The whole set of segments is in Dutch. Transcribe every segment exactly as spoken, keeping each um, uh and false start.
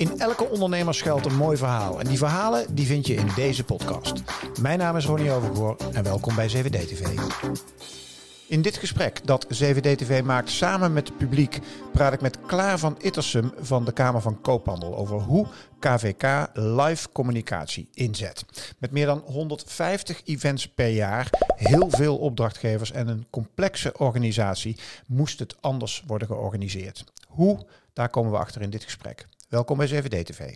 In elke ondernemer schuilt een mooi verhaal. En die verhalen die vind je in deze podcast. Mijn naam is Ronnie Overgoor en welkom bij zeven D T V. In dit gesprek dat zeven D T V maakt samen met het publiek praat ik met Klaar van Ittersum van de Kamer van Koophandel over hoe K V K live communicatie inzet. Met meer dan honderdvijftig events per jaar, heel veel opdrachtgevers en een complexe organisatie moest het anders worden georganiseerd. Hoe? Daar komen we achter in dit gesprek. Welkom bij zeven D T V.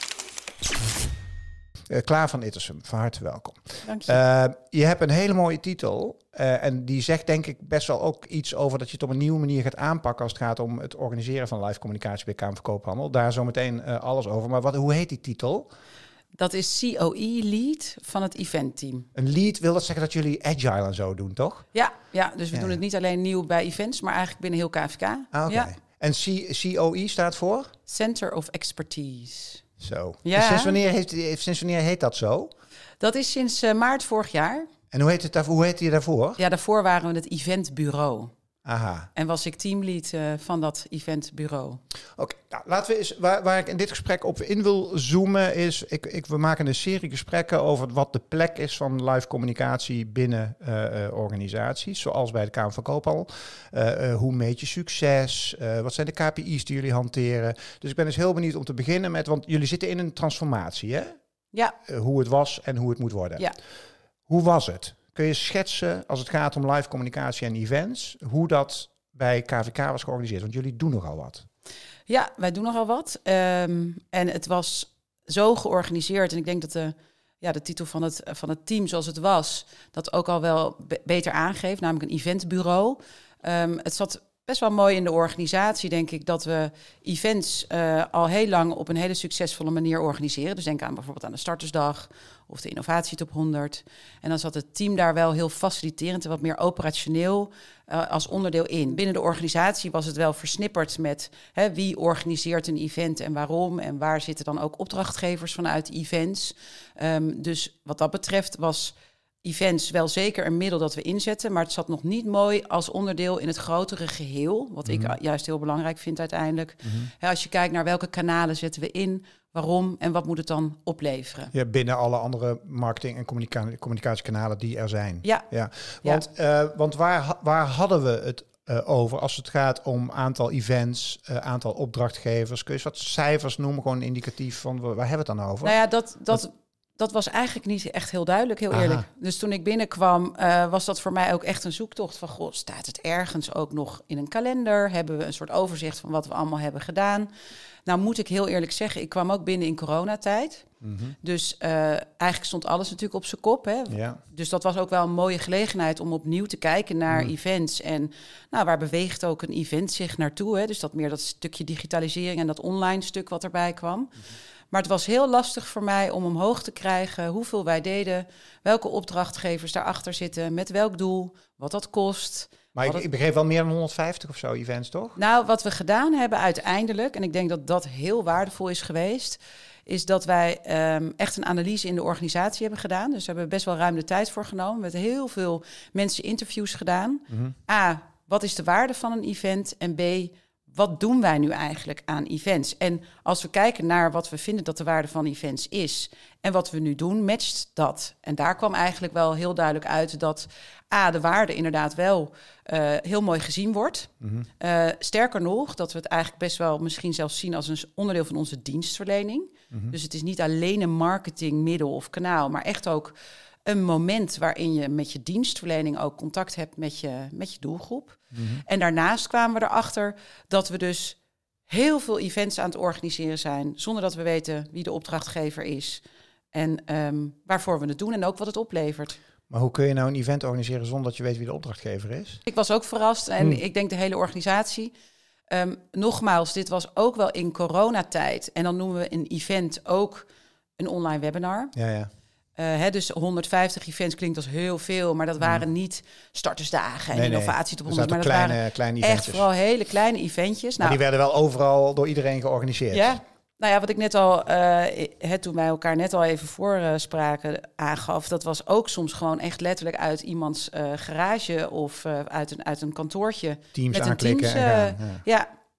Uh, Klaar van Ittersum, van harte welkom. Dank je. Uh, je hebt een hele mooie titel uh, en die zegt denk ik best wel ook iets over dat je het op een nieuwe manier gaat aanpakken als het gaat om het organiseren van live communicatie bij Kamer van Koophandel. Daar zometeen uh, alles over. Maar wat, hoe heet die titel? Dat is C O E lead van het eventteam. Een lead wil dat zeggen dat jullie agile en zo doen, toch? Ja, ja dus we ja. doen het niet alleen nieuw bij events, maar eigenlijk binnen heel K V K. Ah, oké. Ja. En C- C O E staat voor? Center of Expertise. Zo. Ja. En sinds wanneer, heeft, sinds wanneer heet dat zo? Dat is sinds uh, maart vorig jaar. En hoe heet het daarvoor? Hoe heette je daarvoor? Ja, daarvoor waren we het eventbureau. Aha. En was ik teamlead uh, van dat eventbureau. Oké, okay, nou, laten we eens, waar, waar ik in dit gesprek op in wil zoomen is, ik, ik, we maken een serie gesprekken over wat de plek is van live communicatie binnen uh, uh, organisaties, zoals bij de Kamer van Koophandel. Uh, uh, hoe meet je succes? Uh, wat zijn de K P I's die jullie hanteren? Dus ik ben dus heel benieuwd om te beginnen met, want jullie zitten in een transformatie, hè? Ja. Uh, hoe het was en hoe het moet worden. Ja. Hoe was het? Kun je schetsen, als het gaat om live communicatie en events, hoe dat bij K V K was georganiseerd? Want jullie doen nogal wat. Ja, wij doen nogal wat. Um, en het was zo georganiseerd. En ik denk dat de, ja, de titel van het, van het team zoals het was, dat ook al wel be- beter aangeeft, namelijk een eventbureau. Um, het zat best wel mooi in de organisatie, denk ik, dat we events uh, al heel lang op een hele succesvolle manier organiseren. Dus denk aan bijvoorbeeld aan de Startersdag of de Innovatietop honderd. En dan zat het team daar wel heel faciliterend en wat meer operationeel uh, als onderdeel in. Binnen de organisatie was het wel versnipperd met hè, wie organiseert een event en waarom. En waar zitten dan ook opdrachtgevers vanuit events. Um, dus wat dat betreft was events wel zeker een middel dat we inzetten, maar het zat nog niet mooi als onderdeel in het grotere geheel, wat mm-hmm. ik juist heel belangrijk vind uiteindelijk. Mm-hmm. Ja, als je kijkt naar welke kanalen zetten we in, waarom en wat moet het dan opleveren? Ja, binnen alle andere marketing- en communica- communicatiekanalen die er zijn. Ja. ja. Want, ja. Uh, want waar, waar hadden we het uh, over als het gaat om aantal events, uh, aantal opdrachtgevers? Kun je eens wat cijfers noemen, gewoon indicatief van waar hebben we het dan over? Nou ja, dat... dat wat, Dat was eigenlijk niet echt heel duidelijk, heel eerlijk. Aha. Dus toen ik binnenkwam, uh, was dat voor mij ook echt een zoektocht van, goh, staat het ergens ook nog in een kalender? Hebben we een soort overzicht van wat we allemaal hebben gedaan? Nou moet ik heel eerlijk zeggen, ik kwam ook binnen in coronatijd. Mm-hmm. Dus uh, eigenlijk stond alles natuurlijk op zijn kop. Hè? Ja. Dus dat was ook wel een mooie gelegenheid om opnieuw te kijken naar mm. events. En nou, waar beweegt ook een event zich naartoe? Hè? Dus dat meer dat stukje digitalisering en dat online stuk wat erbij kwam. Mm-hmm. Maar het was heel lastig voor mij om omhoog te krijgen hoeveel wij deden, welke opdrachtgevers daarachter zitten, met welk doel, wat dat kost. Maar ik, het... ik begreep wel meer dan honderdvijftig of zo events, toch? Nou, wat we gedaan hebben uiteindelijk, en ik denk dat dat heel waardevol is geweest, is dat wij um, echt een analyse in de organisatie hebben gedaan. Dus we hebben best wel ruim de tijd voor genomen, met heel veel mensen interviews gedaan. Mm-hmm. A, wat is de waarde van een event? En B, wat doen wij nu eigenlijk aan events? En als we kijken naar wat we vinden dat de waarde van events is en wat we nu doen, matcht dat. En daar kwam eigenlijk wel heel duidelijk uit dat A, de waarde inderdaad wel uh, heel mooi gezien wordt. Mm-hmm. Uh, sterker nog, dat we het eigenlijk best wel misschien zelfs zien als een onderdeel van onze dienstverlening. Mm-hmm. Dus het is niet alleen een marketingmiddel of kanaal, maar echt ook een moment waarin je met je dienstverlening ook contact hebt met je, met je doelgroep. Mm-hmm. En daarnaast kwamen we erachter dat we dus heel veel events aan het organiseren zijn, zonder dat we weten wie de opdrachtgever is en um, waarvoor we het doen en ook wat het oplevert. Maar hoe kun je nou een event organiseren zonder dat je weet wie de opdrachtgever is? Ik was ook verrast en mm. ik denk de hele organisatie. Um, nogmaals, dit was ook wel in coronatijd. En dan noemen we een event ook een online webinar. Ja, ja. Uh, hè, dus honderdvijftig events klinkt als heel veel, maar dat waren niet startersdagen en nee, innovatie nee. op honderd. Maar dat kleine, waren kleine eventjes. Echt vooral hele kleine eventjes. Maar nou, die werden wel overal door iedereen georganiseerd. Ja, nou ja, wat ik net al, uh, het, toen wij elkaar net al even voorspraken uh, aangaf, dat was ook soms gewoon echt letterlijk uit iemands uh, garage of uh, uit, een, uit een kantoortje. Teams met een aanklikken. teams, uh, en gaan, ja. ja.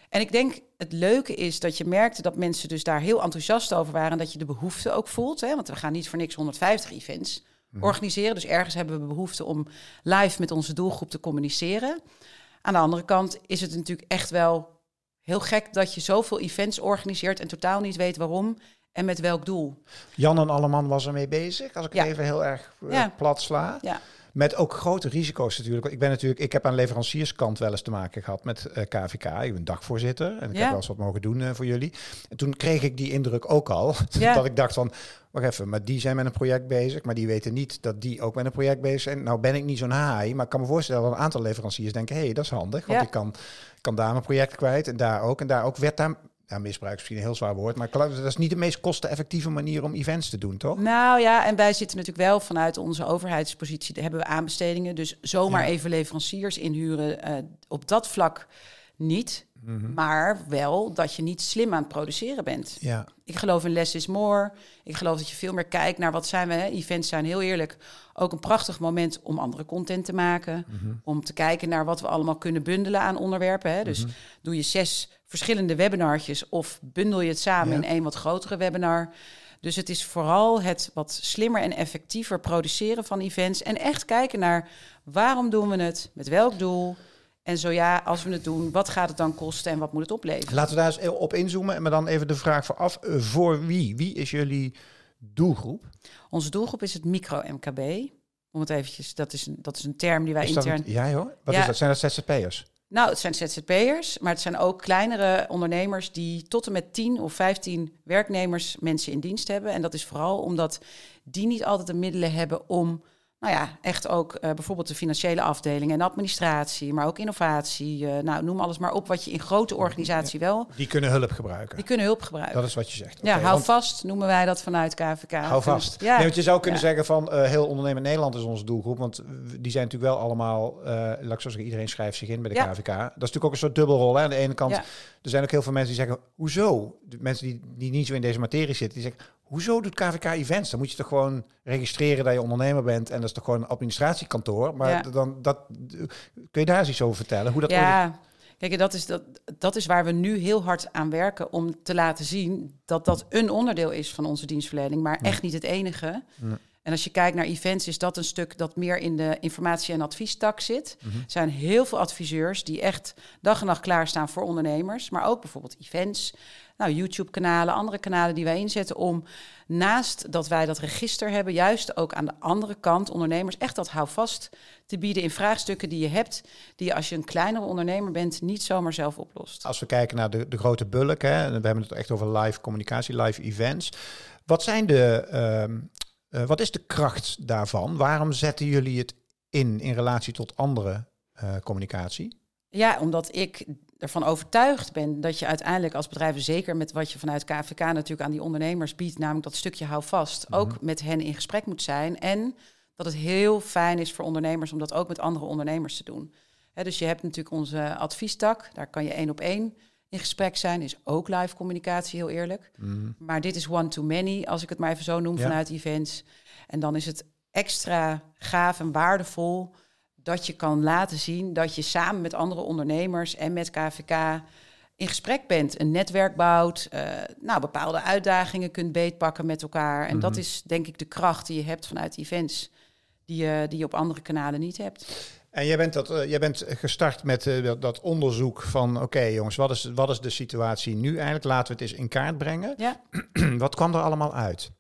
En ik denk, het leuke is dat je merkte dat mensen dus daar heel enthousiast over waren. En dat je de behoefte ook voelt. Hè? Want we gaan niet voor niks honderdvijftig events mm. organiseren. Dus ergens hebben we behoefte om live met onze doelgroep te communiceren. Aan de andere kant is het natuurlijk echt wel heel gek dat je zoveel events organiseert en totaal niet weet waarom en met welk doel. Jan en Alleman was ermee bezig, als ik ja. het even heel erg uh, ja. plat sla. Ja. Met ook grote risico's natuurlijk. Ik ben natuurlijk, ik heb aan leverancierskant wel eens te maken gehad met uh, K V K. Ik ben dagvoorzitter en ik ja. heb wel eens wat mogen doen uh, voor jullie. En toen kreeg ik die indruk ook al. Ja. Dat ik dacht van, wacht even, maar die zijn met een project bezig. Maar die weten niet dat die ook met een project bezig zijn. Nou ben ik niet zo'n haai, maar ik kan me voorstellen dat een aantal leveranciers denken, hé, hey, dat is handig. Want ja. ik kan, kan daar mijn project kwijt en daar ook. En daar ook werd daar... Ja, misbruik is misschien een heel zwaar woord, maar dat is niet de meest kosteneffectieve manier om events te doen, toch? Nou ja, en wij zitten natuurlijk wel vanuit onze overheidspositie, daar hebben we aanbestedingen, dus zomaar ja. even leveranciers inhuren uh, op dat vlak niet, mm-hmm. maar wel dat je niet slim aan het produceren bent. Ja. Ik geloof in less is more. Ik geloof dat je veel meer kijkt naar wat zijn we. Hè? Events zijn heel eerlijk ook een prachtig moment om andere content te maken, mm-hmm. om te kijken naar wat we allemaal kunnen bundelen aan onderwerpen. Hè? Dus mm-hmm. doe je zes verschillende webinartjes of bundel je het samen ja. in één wat grotere webinar. Dus het is vooral het wat slimmer en effectiever produceren van events en echt kijken naar waarom doen we het, met welk doel. En zo ja, als we het doen, wat gaat het dan kosten en wat moet het opleveren? Laten we daar eens op inzoomen en maar dan even de vraag vooraf. Uh, voor wie? Wie is jullie doelgroep? Onze doelgroep is het micro-M K B. Om het eventjes, dat is een, dat is een term die wij is intern... Een, ja hoor, wat ja. is dat? Zijn dat Z Z P'ers? Nou, het zijn Z Z P'ers, maar het zijn ook kleinere ondernemers die tot en met tien of vijftien werknemers mensen in dienst hebben. En dat is vooral omdat die niet altijd de middelen hebben om... Nou ja, echt ook uh, bijvoorbeeld de financiële afdeling en administratie, maar ook innovatie. Uh, nou, noem alles maar op wat je in grote organisatie wel... Die kunnen hulp gebruiken. Die kunnen hulp gebruiken. Dat is wat je zegt. Ja, okay, hou want... vast noemen wij dat vanuit K V K. Hou vast. Ja. Nee, want je zou kunnen ja. zeggen van uh, heel ondernemer Nederland is onze doelgroep, want die zijn natuurlijk wel allemaal, uh, laat ik zo zeggen, iedereen schrijft zich in bij de ja. K V K. Dat is natuurlijk ook een soort dubbelrol. Hè? Aan de ene kant, ja. er zijn ook heel veel mensen die zeggen, hoezo? De mensen die, die niet zo in deze materie zitten, die zeggen, hoezo doet K V K events? Dan moet je toch gewoon registreren dat je ondernemer bent en dat is toch gewoon een administratiekantoor. Maar ja. dan dat kun je daar eens iets over vertellen? Hoe dat ja, ooit... kijk, dat is dat, dat is waar we nu heel hard aan werken om te laten zien dat dat een onderdeel is van onze dienstverlening, maar nee. echt niet het enige. Nee. En als je kijkt naar events, is dat een stuk dat meer in de informatie- en adviestak zit. Mm-hmm. Er zijn heel veel adviseurs die echt dag en nacht klaarstaan voor ondernemers, maar ook bijvoorbeeld events. Nou, YouTube-kanalen, andere kanalen die wij inzetten om naast dat wij dat register hebben, juist ook aan de andere kant ondernemers echt dat houvast te bieden in vraagstukken die je hebt, die je als je een kleinere ondernemer bent niet zomaar zelf oplost. Als we kijken naar de, de grote bulk, hè, we hebben het echt over live communicatie, live events. Wat zijn de, uh, uh, wat is de kracht daarvan? Waarom zetten jullie het in in relatie tot andere uh, communicatie? Ja, omdat ik ervan overtuigd ben dat je uiteindelijk als bedrijf, zeker met wat je vanuit K V K natuurlijk aan die ondernemers biedt, namelijk dat stukje houvast, mm-hmm. ook met hen in gesprek moet zijn. En dat het heel fijn is voor ondernemers om dat ook met andere ondernemers te doen. He, dus je hebt natuurlijk onze adviestak, daar kan je één op één in gesprek zijn. Is ook live communicatie, heel eerlijk. Mm-hmm. Maar dit is one to many, als ik het maar even zo noem, ja. vanuit events. En dan is het extra gaaf en waardevol dat je kan laten zien dat je samen met andere ondernemers en met K V K in gesprek bent, een netwerk bouwt, uh, nou, bepaalde uitdagingen kunt beetpakken met elkaar. En mm-hmm. dat is denk ik de kracht die je hebt vanuit events, die je, die je op andere kanalen niet hebt. En jij bent, dat, uh, jij bent gestart met uh, dat, dat onderzoek van, oké okay, jongens, wat is, wat is de situatie nu eigenlijk? Laten we het eens in kaart brengen. Ja. Wat kwam er allemaal uit?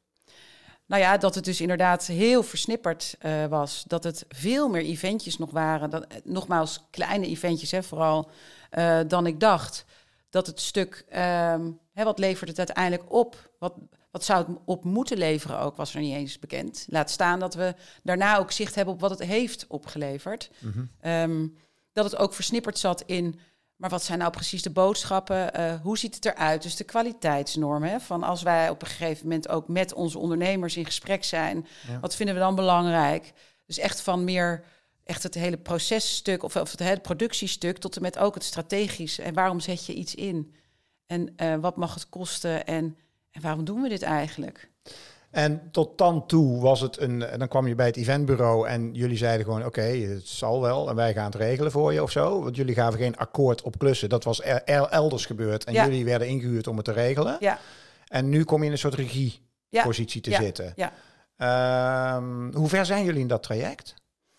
Nou ja, dat het dus inderdaad heel versnipperd uh, was. Dat het veel meer eventjes nog waren. Dat, nogmaals, kleine eventjes, hè, vooral, uh, dan ik dacht. Dat het stuk, um, hè, wat levert het uiteindelijk op? Wat, wat zou het op moeten leveren ook, was er niet eens bekend. Laat staan dat we daarna ook zicht hebben op wat het heeft opgeleverd. Mm-hmm. Um, dat het ook versnipperd zat in, maar wat zijn nou precies de boodschappen? Uh, hoe ziet het eruit? Dus de kwaliteitsnormen. Hè? Van als wij op een gegeven moment ook met onze ondernemers in gesprek zijn, ja. wat vinden we dan belangrijk? Dus echt van meer echt het hele processtuk of, of het hele productiestuk tot en met ook het strategisch. En waarom zet je iets in? En uh, wat mag het kosten? En, en waarom doen we dit eigenlijk? En tot dan toe was het een... Dan kwam je bij het eventbureau en jullie zeiden gewoon... oké, okay, het zal wel en wij gaan het regelen voor je of zo. Want jullie gaven geen akkoord op klussen. Dat was er, er, elders gebeurd en ja. jullie werden ingehuurd om het te regelen. Ja. En nu kom je in een soort regiepositie te ja. zitten. Ja. Um, hoe ver zijn jullie in dat traject?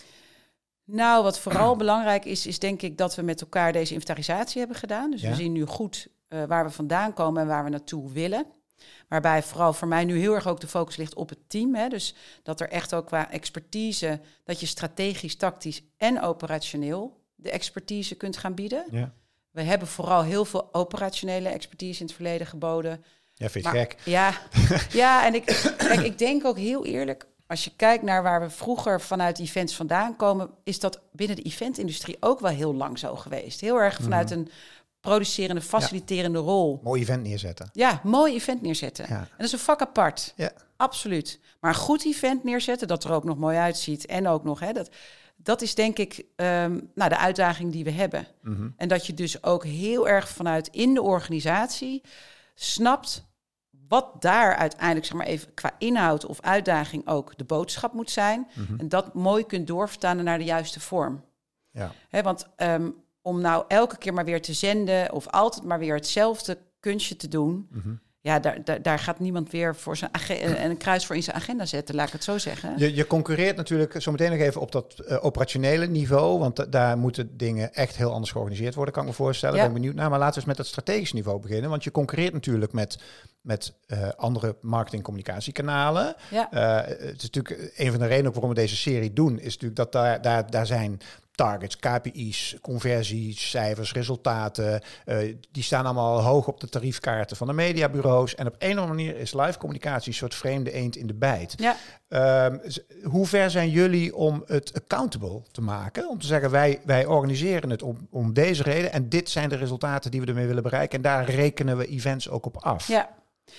Nou, wat vooral belangrijk is, is denk ik dat we met elkaar deze inventarisatie hebben gedaan. Dus ja. we zien nu goed uh, waar we vandaan komen en waar we naartoe willen. Waarbij vooral voor mij nu heel erg ook de focus ligt op het team. Hè? Dus dat er echt ook qua expertise, dat je strategisch, tactisch en operationeel de expertise kunt gaan bieden. Ja. We hebben vooral heel veel operationele expertise in het verleden geboden. Ja, vind je gek? Ja, ja, en ik, kijk, ik denk ook heel eerlijk, als je kijkt naar waar we vroeger vanuit events vandaan komen, is dat binnen de eventindustrie ook wel heel lang zo geweest. Heel erg vanuit mm-hmm. een producerende, faciliterende ja. rol. Mooi event neerzetten. Ja, mooi event neerzetten. Ja. En dat is een vak apart. Ja. Absoluut. Maar een goed event neerzetten, dat er ook nog mooi uitziet. En ook nog, hè, dat, dat is denk ik um, nou, de uitdaging die we hebben. Mm-hmm. En dat je dus ook heel erg vanuit in de organisatie snapt wat daar uiteindelijk, zeg maar even qua inhoud of uitdaging ook de boodschap moet zijn. Mm-hmm. En dat mooi kunt doorvertalen naar de juiste vorm. Ja. Hè, want um, om nou elke keer maar weer te zenden of altijd maar weer hetzelfde kunstje te doen, mm-hmm. ja, daar, daar, daar gaat niemand weer voor zijn ag- een kruis voor in zijn agenda zetten, laat ik het zo zeggen. Je, je concurreert natuurlijk zo meteen nog even op dat uh, operationele niveau, want d- daar moeten dingen echt heel anders georganiseerd worden, kan ik me voorstellen. Ja. Ben ik benieuwd naar, maar laten we eens met het strategische niveau beginnen, want je concurreert natuurlijk met, met uh, andere marketing-communicatiekanalen. Ja. Uh, het is natuurlijk een van de redenen waarom we deze serie doen, is natuurlijk dat daar, daar, daar zijn targets, K P I's, conversies, cijfers, resultaten. Uh, die staan allemaal hoog op de tariefkaarten van de mediabureaus. En op een of andere manier is live communicatie een soort vreemde eend in de bijt. Ja. Uh, hoe ver zijn jullie om het accountable te maken? Om te zeggen, wij, wij organiseren het om, om deze reden. En dit zijn de resultaten die we ermee willen bereiken. En daar rekenen we events ook op af. Ja.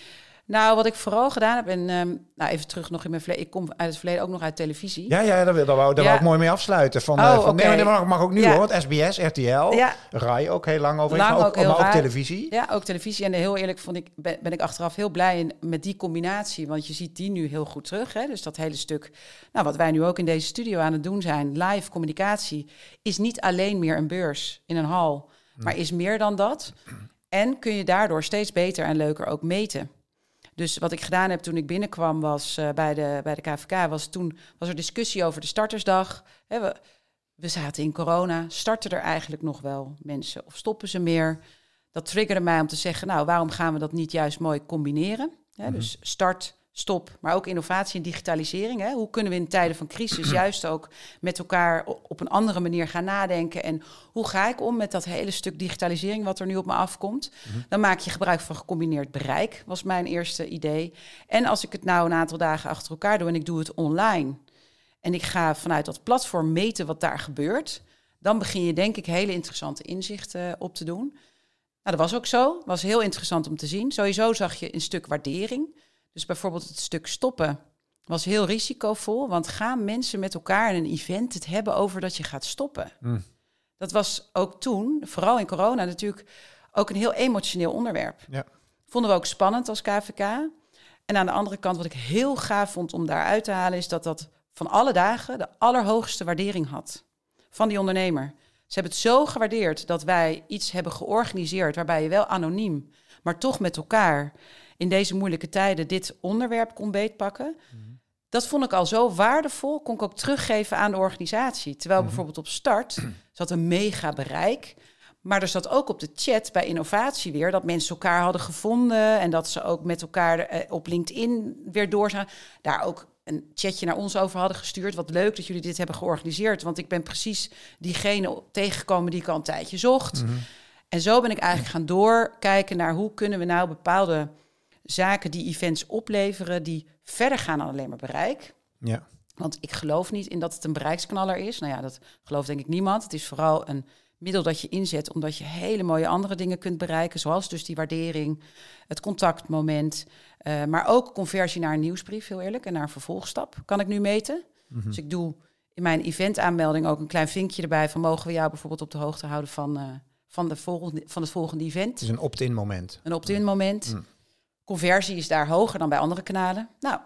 Nou, wat ik vooral gedaan heb, en um, nou even terug nog in mijn verleden. Ik kom uit het verleden ook nog uit televisie. Ja, ja, daar, daar, wou, daar ja. wou ik mooi mee afsluiten. Van, oh, uh, van okay. nee, maar dat mag ook nu ja. hoor. Het S B S, R T L, ja. Rai ook heel lang over. Lang maar ook, ook, heel maar ook televisie. Ja, ook televisie. En heel eerlijk vond ik, ben, ben ik achteraf heel blij in, met die combinatie. Want je ziet die nu heel goed terug. Hè? Dus dat hele stuk, nou, wat wij nu ook in deze studio aan het doen zijn, live communicatie, is niet alleen meer een beurs in een hal, hmm. maar is meer dan dat. En kun je daardoor steeds beter en leuker ook meten. Dus wat ik gedaan heb toen ik binnenkwam was uh, bij, de, bij de K V K, was toen was er discussie over de startersdag. He, we, we zaten in corona, starten er eigenlijk nog wel mensen of stoppen ze meer? Dat triggerde mij om te zeggen, nou, waarom gaan we dat niet juist mooi combineren? He, mm-hmm. Dus start, stop, maar ook innovatie en digitalisering. Hè? Hoe kunnen we in tijden van crisis juist ook met elkaar op een andere manier gaan nadenken? En hoe ga ik om met dat hele stuk digitalisering wat er nu op me afkomt? Mm-hmm. Dan maak je gebruik van gecombineerd bereik, was mijn eerste idee. En als ik het nou een aantal dagen achter elkaar doe en ik doe het online en ik ga vanuit dat platform meten wat daar gebeurt, dan begin je denk ik hele interessante inzichten op te doen. Nou, dat was ook zo. Was heel interessant om te zien. Sowieso zag je een stuk waardering. Dus bijvoorbeeld het stuk stoppen was heel risicovol. Want gaan mensen met elkaar in een event het hebben over dat je gaat stoppen? Mm. Dat was ook toen, vooral in corona natuurlijk, ook een heel emotioneel onderwerp. Ja. Vonden we ook spannend als K V K. En aan de andere kant, wat ik heel gaaf vond om daar uit te halen, is dat dat van alle dagen de allerhoogste waardering had van die ondernemer. Ze hebben het zo gewaardeerd dat wij iets hebben georganiseerd waarbij je wel anoniem, maar toch met elkaar in deze moeilijke tijden dit onderwerp kon beetpakken. Mm-hmm. Dat vond ik al zo waardevol, kon ik ook teruggeven aan de organisatie. Terwijl mm-hmm. bijvoorbeeld op start zat een mega bereik. Maar er zat ook op de chat bij innovatie weer dat mensen elkaar hadden gevonden en dat ze ook met elkaar eh, op LinkedIn weer doorgaan. Daar ook een chatje naar ons over hadden gestuurd. Wat leuk dat jullie dit hebben georganiseerd, want ik ben precies diegene tegengekomen die ik al een tijdje zocht. Mm-hmm. En zo ben ik eigenlijk gaan doorkijken naar hoe kunnen we nou bepaalde zaken die events opleveren die verder gaan dan alleen maar bereik. Ja. Want ik geloof niet in dat het een bereiksknaller is. Nou ja, dat gelooft denk ik niemand. Het is vooral een middel dat je inzet omdat je hele mooie andere dingen kunt bereiken, zoals dus die waardering, het contactmoment, uh, maar ook conversie naar een nieuwsbrief, heel eerlijk, en naar een vervolgstap kan ik nu meten. Mm-hmm. Dus ik doe in mijn eventaanmelding ook een klein vinkje erbij van mogen we jou bijvoorbeeld op de hoogte houden van, uh, van, de volgende, van het volgende event. Het is een opt-in moment. Een opt-in moment. Mm. Conversie is daar hoger dan bij andere kanalen. Nou,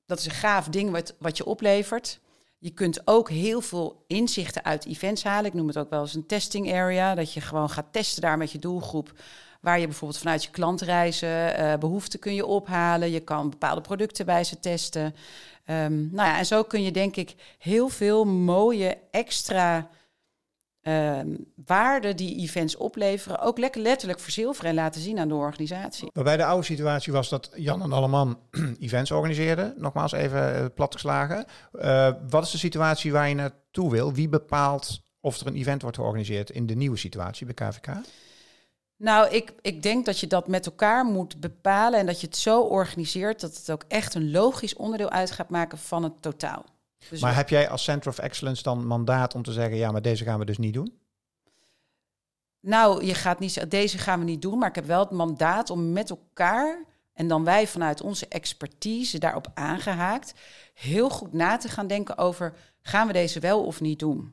dat is een gaaf ding wat, wat je oplevert. Je kunt ook heel veel inzichten uit events halen. Ik noem het ook wel eens een testing area. Dat je gewoon gaat testen daar met je doelgroep. Waar je bijvoorbeeld vanuit je klantreizen uh, behoeften kun je ophalen. Je kan bepaalde producten bij ze testen. Um, nou ja, en zo kun je denk ik heel veel mooie extra um, waarden die events opleveren ook lekker letterlijk verzilveren en laten zien aan de organisatie. Waarbij de oude situatie was dat Jan en Alleman events organiseerden. Nogmaals even uh, platgeslagen. Uh, wat is de situatie waar je naartoe wil? Wie bepaalt of er een event wordt georganiseerd in de nieuwe situatie bij K V K? Nou, ik, ik denk dat je dat met elkaar moet bepalen en dat je het zo organiseert dat het ook echt een logisch onderdeel uit gaat maken van het totaal. Dus maar heb jij als Center of Excellence dan mandaat om te zeggen, ja, maar deze gaan we dus niet doen? Nou, je gaat niet zeggen, deze gaan we niet doen, maar ik heb wel het mandaat om met elkaar, en dan wij vanuit onze expertise daarop aangehaakt, heel goed na te gaan denken over, gaan we deze wel of niet doen?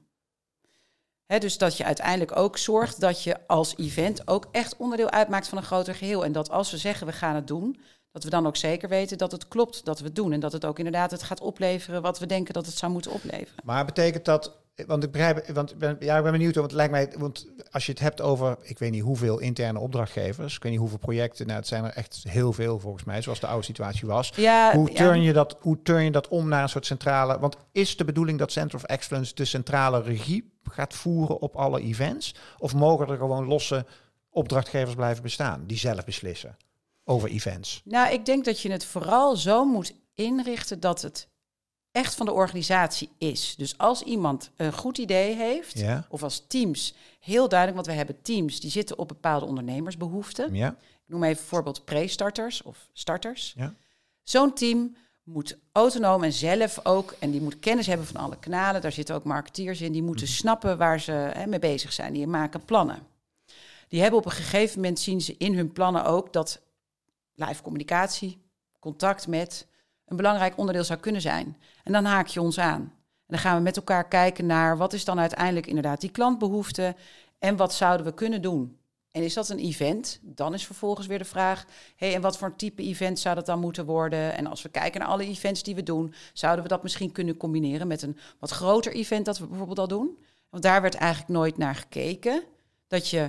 He, dus dat je uiteindelijk ook zorgt dat je als event ook echt onderdeel uitmaakt van een groter geheel. En dat als we zeggen we gaan het doen, dat we dan ook zeker weten dat het klopt dat we het doen. En dat het ook inderdaad het gaat opleveren wat we denken dat het zou moeten opleveren. Maar betekent dat, want ik begrijp, want ik ben, ja, ik ben benieuwd, want het lijkt mij, want als je het hebt over, ik weet niet hoeveel interne opdrachtgevers, ik weet niet hoeveel projecten, nou het zijn er echt heel veel volgens mij, zoals de oude situatie was. Ja, hoe, turn ja. je dat, hoe turn je dat om naar een soort centrale, want is de bedoeling dat Center of Excellence de centrale regie gaat voeren op alle events? Of mogen er gewoon losse opdrachtgevers blijven bestaan die zelf beslissen over events? Nou, ik denk dat je het vooral zo moet inrichten dat het echt van de organisatie is. Dus als iemand een goed idee heeft, Ja. of als teams, heel duidelijk, want we hebben teams die zitten op bepaalde ondernemersbehoeften. Ja. Ik noem even bijvoorbeeld pre-starters of starters. Ja. Zo'n team moet autonoom en zelf ook, en die moet kennis hebben van alle kanalen, daar zitten ook marketeers in, die moeten snappen waar ze hè, mee bezig zijn. Die maken plannen. Die hebben op een gegeven moment, zien ze in hun plannen ook dat live communicatie, contact met, een belangrijk onderdeel zou kunnen zijn. En dan haak je ons aan. En dan gaan we met elkaar kijken naar wat is dan uiteindelijk inderdaad die klantbehoefte en wat zouden we kunnen doen. En is dat een event? Dan is vervolgens weer de vraag, hey, en wat voor een type event zou dat dan moeten worden? En als we kijken naar alle events die we doen, zouden we dat misschien kunnen combineren met een wat groter event dat we bijvoorbeeld al doen? Want daar werd eigenlijk nooit naar gekeken. Dat je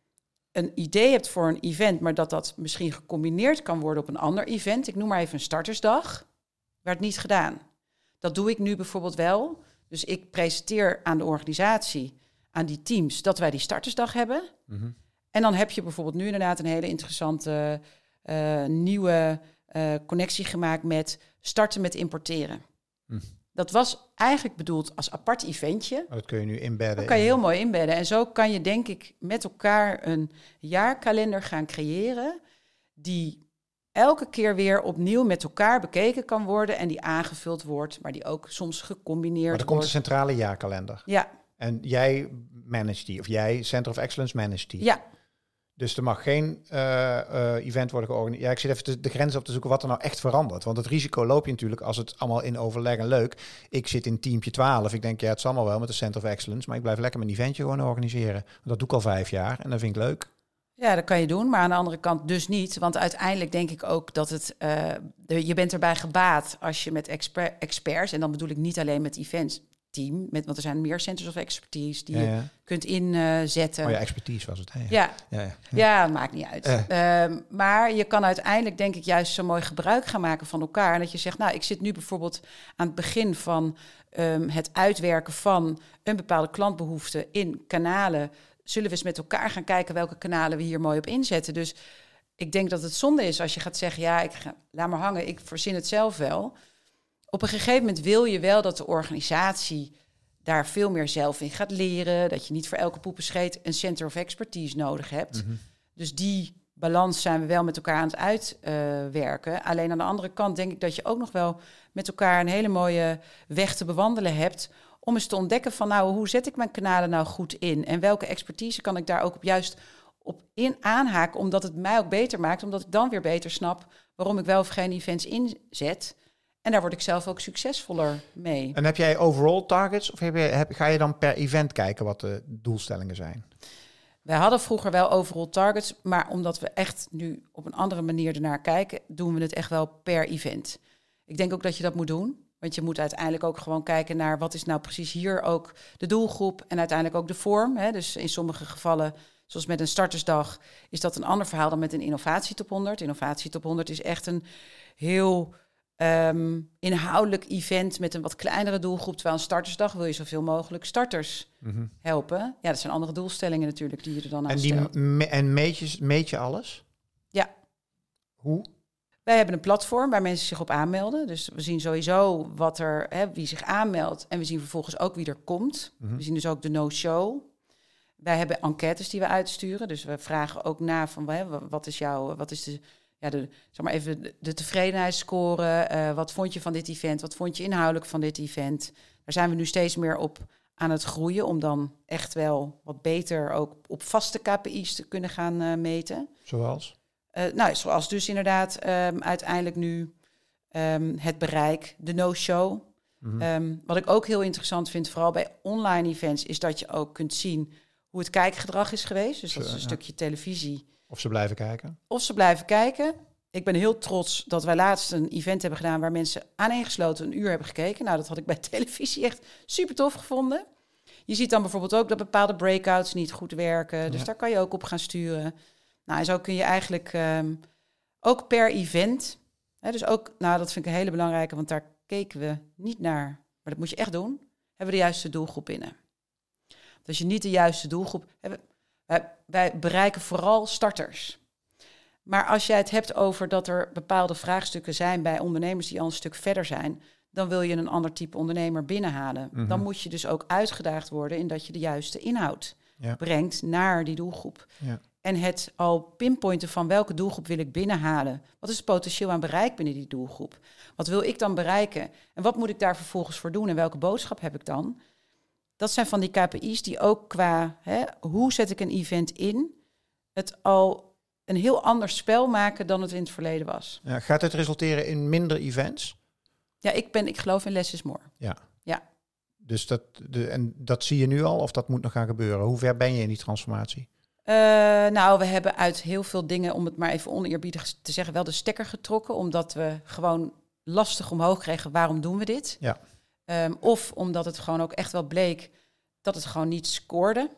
een idee hebt voor een event, maar dat dat misschien gecombineerd kan worden op een ander event. Ik noem maar even een startersdag. Werd niet gedaan. Dat doe ik nu bijvoorbeeld wel. Dus ik presenteer aan de organisatie, aan die teams, dat wij die startersdag hebben. Mm-hmm. En dan heb je bijvoorbeeld nu inderdaad een hele interessante uh, nieuwe uh, connectie gemaakt met starten met importeren. Mm. Dat was eigenlijk bedoeld als apart eventje. Dat kun je nu inbedden. Dat kan je heel mooi inbedden. En zo kan je denk ik met elkaar een jaarkalender gaan creëren die elke keer weer opnieuw met elkaar bekeken kan worden en die aangevuld wordt, maar die ook soms gecombineerd wordt. Maar er komt een centrale jaarkalender. Ja. En jij managt die, of jij, Center of Excellence, managt die. Ja. Dus er mag geen uh, uh, event worden georganiseerd. Ja, ik zit even te, de grens op te zoeken wat er nou echt verandert. Want het risico loop je natuurlijk als het allemaal in overleg en leuk. Ik zit in teampje twaalf. Ik denk, ja, het zal allemaal wel met de Center of Excellence. Maar ik blijf lekker mijn eventje gewoon organiseren. Dat doe ik al vijf jaar en dat vind ik leuk. Ja, dat kan je doen, maar aan de andere kant dus niet. Want uiteindelijk denk ik ook dat het... Uh, de, je bent erbij gebaat als je met exper- experts... en dan bedoel ik niet alleen met events... team, met, want er zijn meer centers of expertise die ja, ja. je kunt inzetten. Uh, oh ja, expertise was het. Hè? Ja. Ja, ja. ja, maakt niet uit. Uh. Um, maar je kan uiteindelijk denk ik juist zo mooi gebruik gaan maken van elkaar. En dat je zegt, nou, ik zit nu bijvoorbeeld aan het begin van um, het uitwerken van een bepaalde klantbehoefte in kanalen. Zullen we eens met elkaar gaan kijken welke kanalen we hier mooi op inzetten. Dus ik denk dat het zonde is als je gaat zeggen, ja, ik ga, laat maar hangen, ik verzin het zelf wel. Op een gegeven moment wil je wel dat de organisatie daar veel meer zelf in gaat leren. Dat je niet voor elke poepenscheet een center of expertise nodig hebt. Mm-hmm. Dus die balans zijn we wel met elkaar aan het uitwerken. Uh, Alleen aan de andere kant denk ik dat je ook nog wel met elkaar een hele mooie weg te bewandelen hebt. Om eens te ontdekken van nou, hoe zet ik mijn kanalen nou goed in? En welke expertise kan ik daar ook op juist op in aanhaken? Omdat het mij ook beter maakt. Omdat ik dan weer beter snap waarom ik wel of geen events inzet. En daar word ik zelf ook succesvoller mee. En heb jij overall targets of heb je, heb, ga je dan per event kijken wat de doelstellingen zijn? Wij hadden vroeger wel overall targets, maar omdat we echt nu op een andere manier ernaar kijken, doen we het echt wel per event. Ik denk ook dat je dat moet doen. Want je moet uiteindelijk ook gewoon kijken naar wat is nou precies hier ook de doelgroep en uiteindelijk ook de vorm. Hè. Dus in sommige gevallen, zoals met een startersdag, is dat een ander verhaal dan met een innovatietop honderd. Innovatietop honderd is echt een heel um, inhoudelijk event met een wat kleinere doelgroep. Terwijl een startersdag wil je zoveel mogelijk starters mm-hmm. helpen. Ja, dat zijn andere doelstellingen natuurlijk die je er dan aan en stelt. Die me- en meet je, meet je alles? Ja. Hoe? Wij hebben een platform waar mensen zich op aanmelden. Dus we zien sowieso wat er, hè, wie zich aanmeldt. En we zien vervolgens ook wie er komt. Mm-hmm. We zien dus ook de no-show. Wij hebben enquêtes die we uitsturen. Dus we vragen ook na van hè, wat is jouw, wat is de, ja, de, zeg maar even de, de tevredenheidsscore. Uh, wat vond je van dit event? Wat vond je inhoudelijk van dit event? Daar zijn we nu steeds meer op aan het groeien. Om dan echt wel wat beter ook op vaste K P I's te kunnen gaan uh, meten. Zoals? Uh, nou, zoals dus inderdaad um, uiteindelijk nu um, het bereik, de no-show. Mm-hmm. Um, wat ik ook heel interessant vind, vooral bij online events, is dat je ook kunt zien hoe het kijkgedrag is geweest. Dus dat is een ja. stukje televisie. Of ze blijven kijken. Of ze blijven kijken. Ik ben heel trots dat wij laatst een event hebben gedaan waar mensen aaneengesloten een uur hebben gekeken. Nou, dat had ik bij televisie echt super tof gevonden. Je ziet dan bijvoorbeeld ook dat bepaalde breakouts niet goed werken. Dus ja. daar kan je ook op gaan sturen. Nou, en zo kun je eigenlijk um, ook per event, hè, dus ook, nou dat vind ik een hele belangrijke, want daar keken we niet naar, maar dat moet je echt doen, hebben we de juiste doelgroep binnen. Want als je niet de juiste doelgroep, hebben, wij, wij bereiken vooral starters. Maar als jij het hebt over dat er bepaalde vraagstukken zijn bij ondernemers die al een stuk verder zijn, dan wil je een ander type ondernemer binnenhalen. Mm-hmm. Dan moet je dus ook uitgedaagd worden in dat je de juiste inhoud ja. brengt naar die doelgroep. Ja. En het al pinpointen van welke doelgroep wil ik binnenhalen. Wat is het potentieel aan bereik binnen die doelgroep? Wat wil ik dan bereiken? En wat moet ik daar vervolgens voor doen? En welke boodschap heb ik dan? Dat zijn van die K P I's die ook qua hè, hoe zet ik een event in, het al een heel ander spel maken dan het in het verleden was. Ja, gaat het resulteren in minder events? Ja, ik, ben, ik geloof in less is more. Ja. ja. Dus dat, de, en dat zie je nu al of dat moet nog gaan gebeuren? Hoe ver ben je in die transformatie? Uh, nou, we hebben uit heel veel dingen, om het maar even oneerbiedig te zeggen, wel de stekker getrokken. Omdat we gewoon lastig omhoog kregen, waarom doen we dit? Ja. Um, of omdat het gewoon ook echt wel bleek dat het gewoon niet scoorde.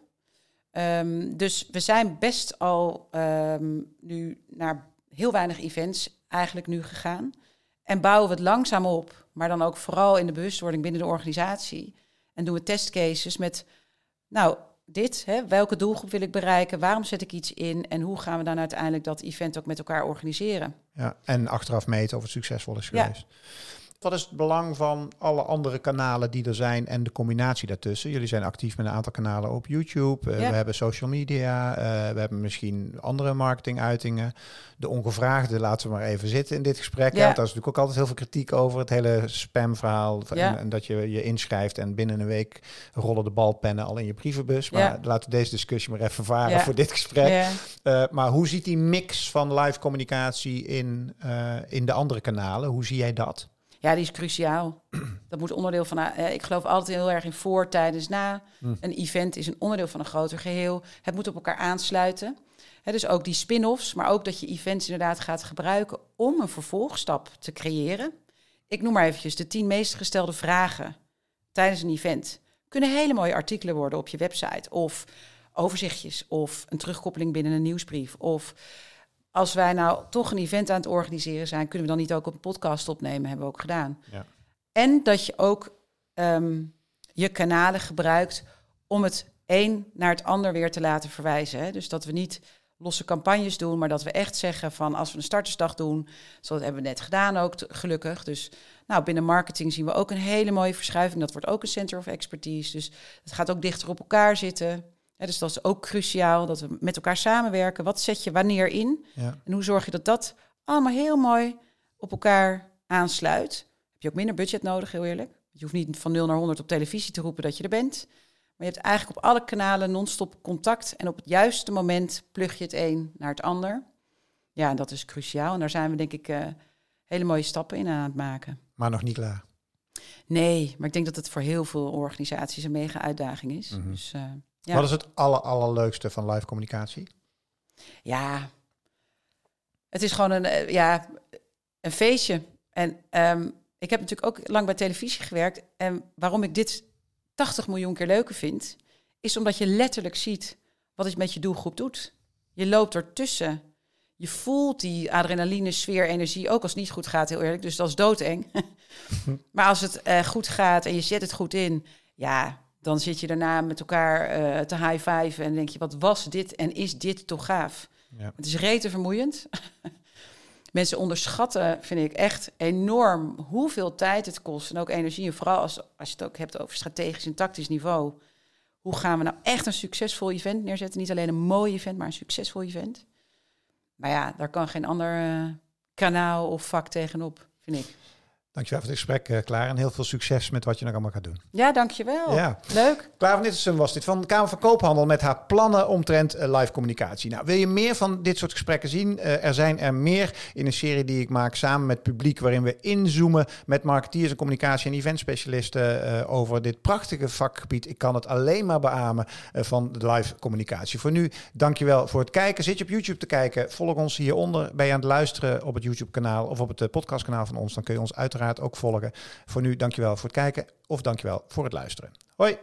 Um, dus we zijn best al um, nu naar heel weinig events eigenlijk nu gegaan. En bouwen we het langzaam op, maar dan ook vooral in de bewustwording binnen de organisatie. En doen we testcases met, nou, dit, hè, welke doelgroep wil ik bereiken, waarom zet ik iets in en hoe gaan we dan uiteindelijk dat event ook met elkaar organiseren. Ja, en achteraf meten of het succesvol is geweest. Ja. Wat is het belang van alle andere kanalen die er zijn en de combinatie daartussen? Jullie zijn actief met een aantal kanalen op YouTube. Uh, ja. We hebben social media. Uh, we hebben misschien andere marketinguitingen. De ongevraagde laten we maar even zitten in dit gesprek. Ja. Daar is natuurlijk ook altijd heel veel kritiek over. Het hele spamverhaal. Ja. En, en dat je je inschrijft en binnen een week rollen de balpennen al in je brievenbus. Maar ja. laten we deze discussie maar even varen ja. voor dit gesprek. Ja. Uh, maar hoe ziet die mix van live communicatie in, uh, in de andere kanalen? Hoe zie jij dat? Ja, die is cruciaal. Dat moet onderdeel van... Uh, ik geloof altijd heel erg in voor, tijdens, na. Mm. Een event is een onderdeel van een groter geheel. Het moet op elkaar aansluiten. He, dus ook die spin-offs, maar ook dat je events inderdaad gaat gebruiken om een vervolgstap te creëren. Ik noem maar eventjes de tien meest gestelde vragen tijdens een event. Kunnen hele mooie artikelen worden op je website. Of overzichtjes. Of een terugkoppeling binnen een nieuwsbrief. Of... Als wij nou toch een event aan het organiseren zijn, kunnen we dan niet ook een podcast opnemen? Hebben we ook gedaan. Ja. En dat je ook um, je kanalen gebruikt om het een naar het ander weer te laten verwijzen. Hè? Dus dat we niet losse campagnes doen, maar dat we echt zeggen van als we een startersdag doen, zo dat hebben we net gedaan ook t- gelukkig. Dus nou, binnen marketing zien we ook een hele mooie verschuiving. Dat wordt ook een center of expertise. Dus het gaat ook dichter op elkaar zitten. Ja, dus dat is ook cruciaal, dat we met elkaar samenwerken. Wat zet je wanneer in? Ja. En hoe zorg je dat dat allemaal heel mooi op elkaar aansluit? Heb je ook minder budget nodig, heel eerlijk. Je hoeft niet van nul naar honderd op televisie te roepen dat je er bent. Maar je hebt eigenlijk op alle kanalen non-stop contact. En op het juiste moment plug je het een naar het ander. Ja, en dat is cruciaal. En daar zijn we denk ik uh, hele mooie stappen in aan het maken. Maar nog niet klaar? Nee, maar ik denk dat het voor heel veel organisaties een mega uitdaging is. Mm-hmm. Dus... Uh, Ja. Wat is het aller, allerleukste van live communicatie? Ja, het is gewoon een, ja, een feestje. En um, ik heb natuurlijk ook lang bij televisie gewerkt. En waarom ik dit tachtig miljoen keer leuker vind, is omdat je letterlijk ziet wat het met je doelgroep doet. Je loopt ertussen. Je voelt die adrenaline, sfeer, energie, ook als het niet goed gaat, heel eerlijk. Dus dat is doodeng. Maar als het uh, goed gaat en je zet het goed in, ja, dan zit je daarna met elkaar uh, te high-fiven en denk je, wat was dit en is dit toch gaaf? Ja. Het is rete vermoeiend. Mensen onderschatten, vind ik, echt enorm hoeveel tijd het kost en ook energie. En vooral als, als je het ook hebt over strategisch en tactisch niveau. Hoe gaan we nou echt een succesvol event neerzetten? Niet alleen een mooi event, maar een succesvol event. Maar ja, daar kan geen ander uh, kanaal of vak tegenop, vind ik. Dankjewel voor het gesprek, uh, Clara. En heel veel succes met wat je nog allemaal gaat doen. Ja, dankjewel. Ja. Leuk. Clara van Nittersum was dit van de Kamer van Koophandel met haar plannen omtrent uh, live communicatie. Nou, wil je meer van dit soort gesprekken zien? Uh, er zijn er meer in een serie die ik maak samen met publiek, waarin we inzoomen met marketeers en communicatie en eventspecialisten uh, over dit prachtige vakgebied. Ik kan het alleen maar beamen uh, van de live communicatie. Voor nu, dankjewel voor het kijken. Zit je op YouTube te kijken? Volg ons hieronder. Ben je aan het luisteren op het YouTube-kanaal of op het uh, podcastkanaal van ons? Dan kun je ons uiteraard ook volgen. Voor nu, dankjewel voor het kijken of dankjewel voor het luisteren. Hoi!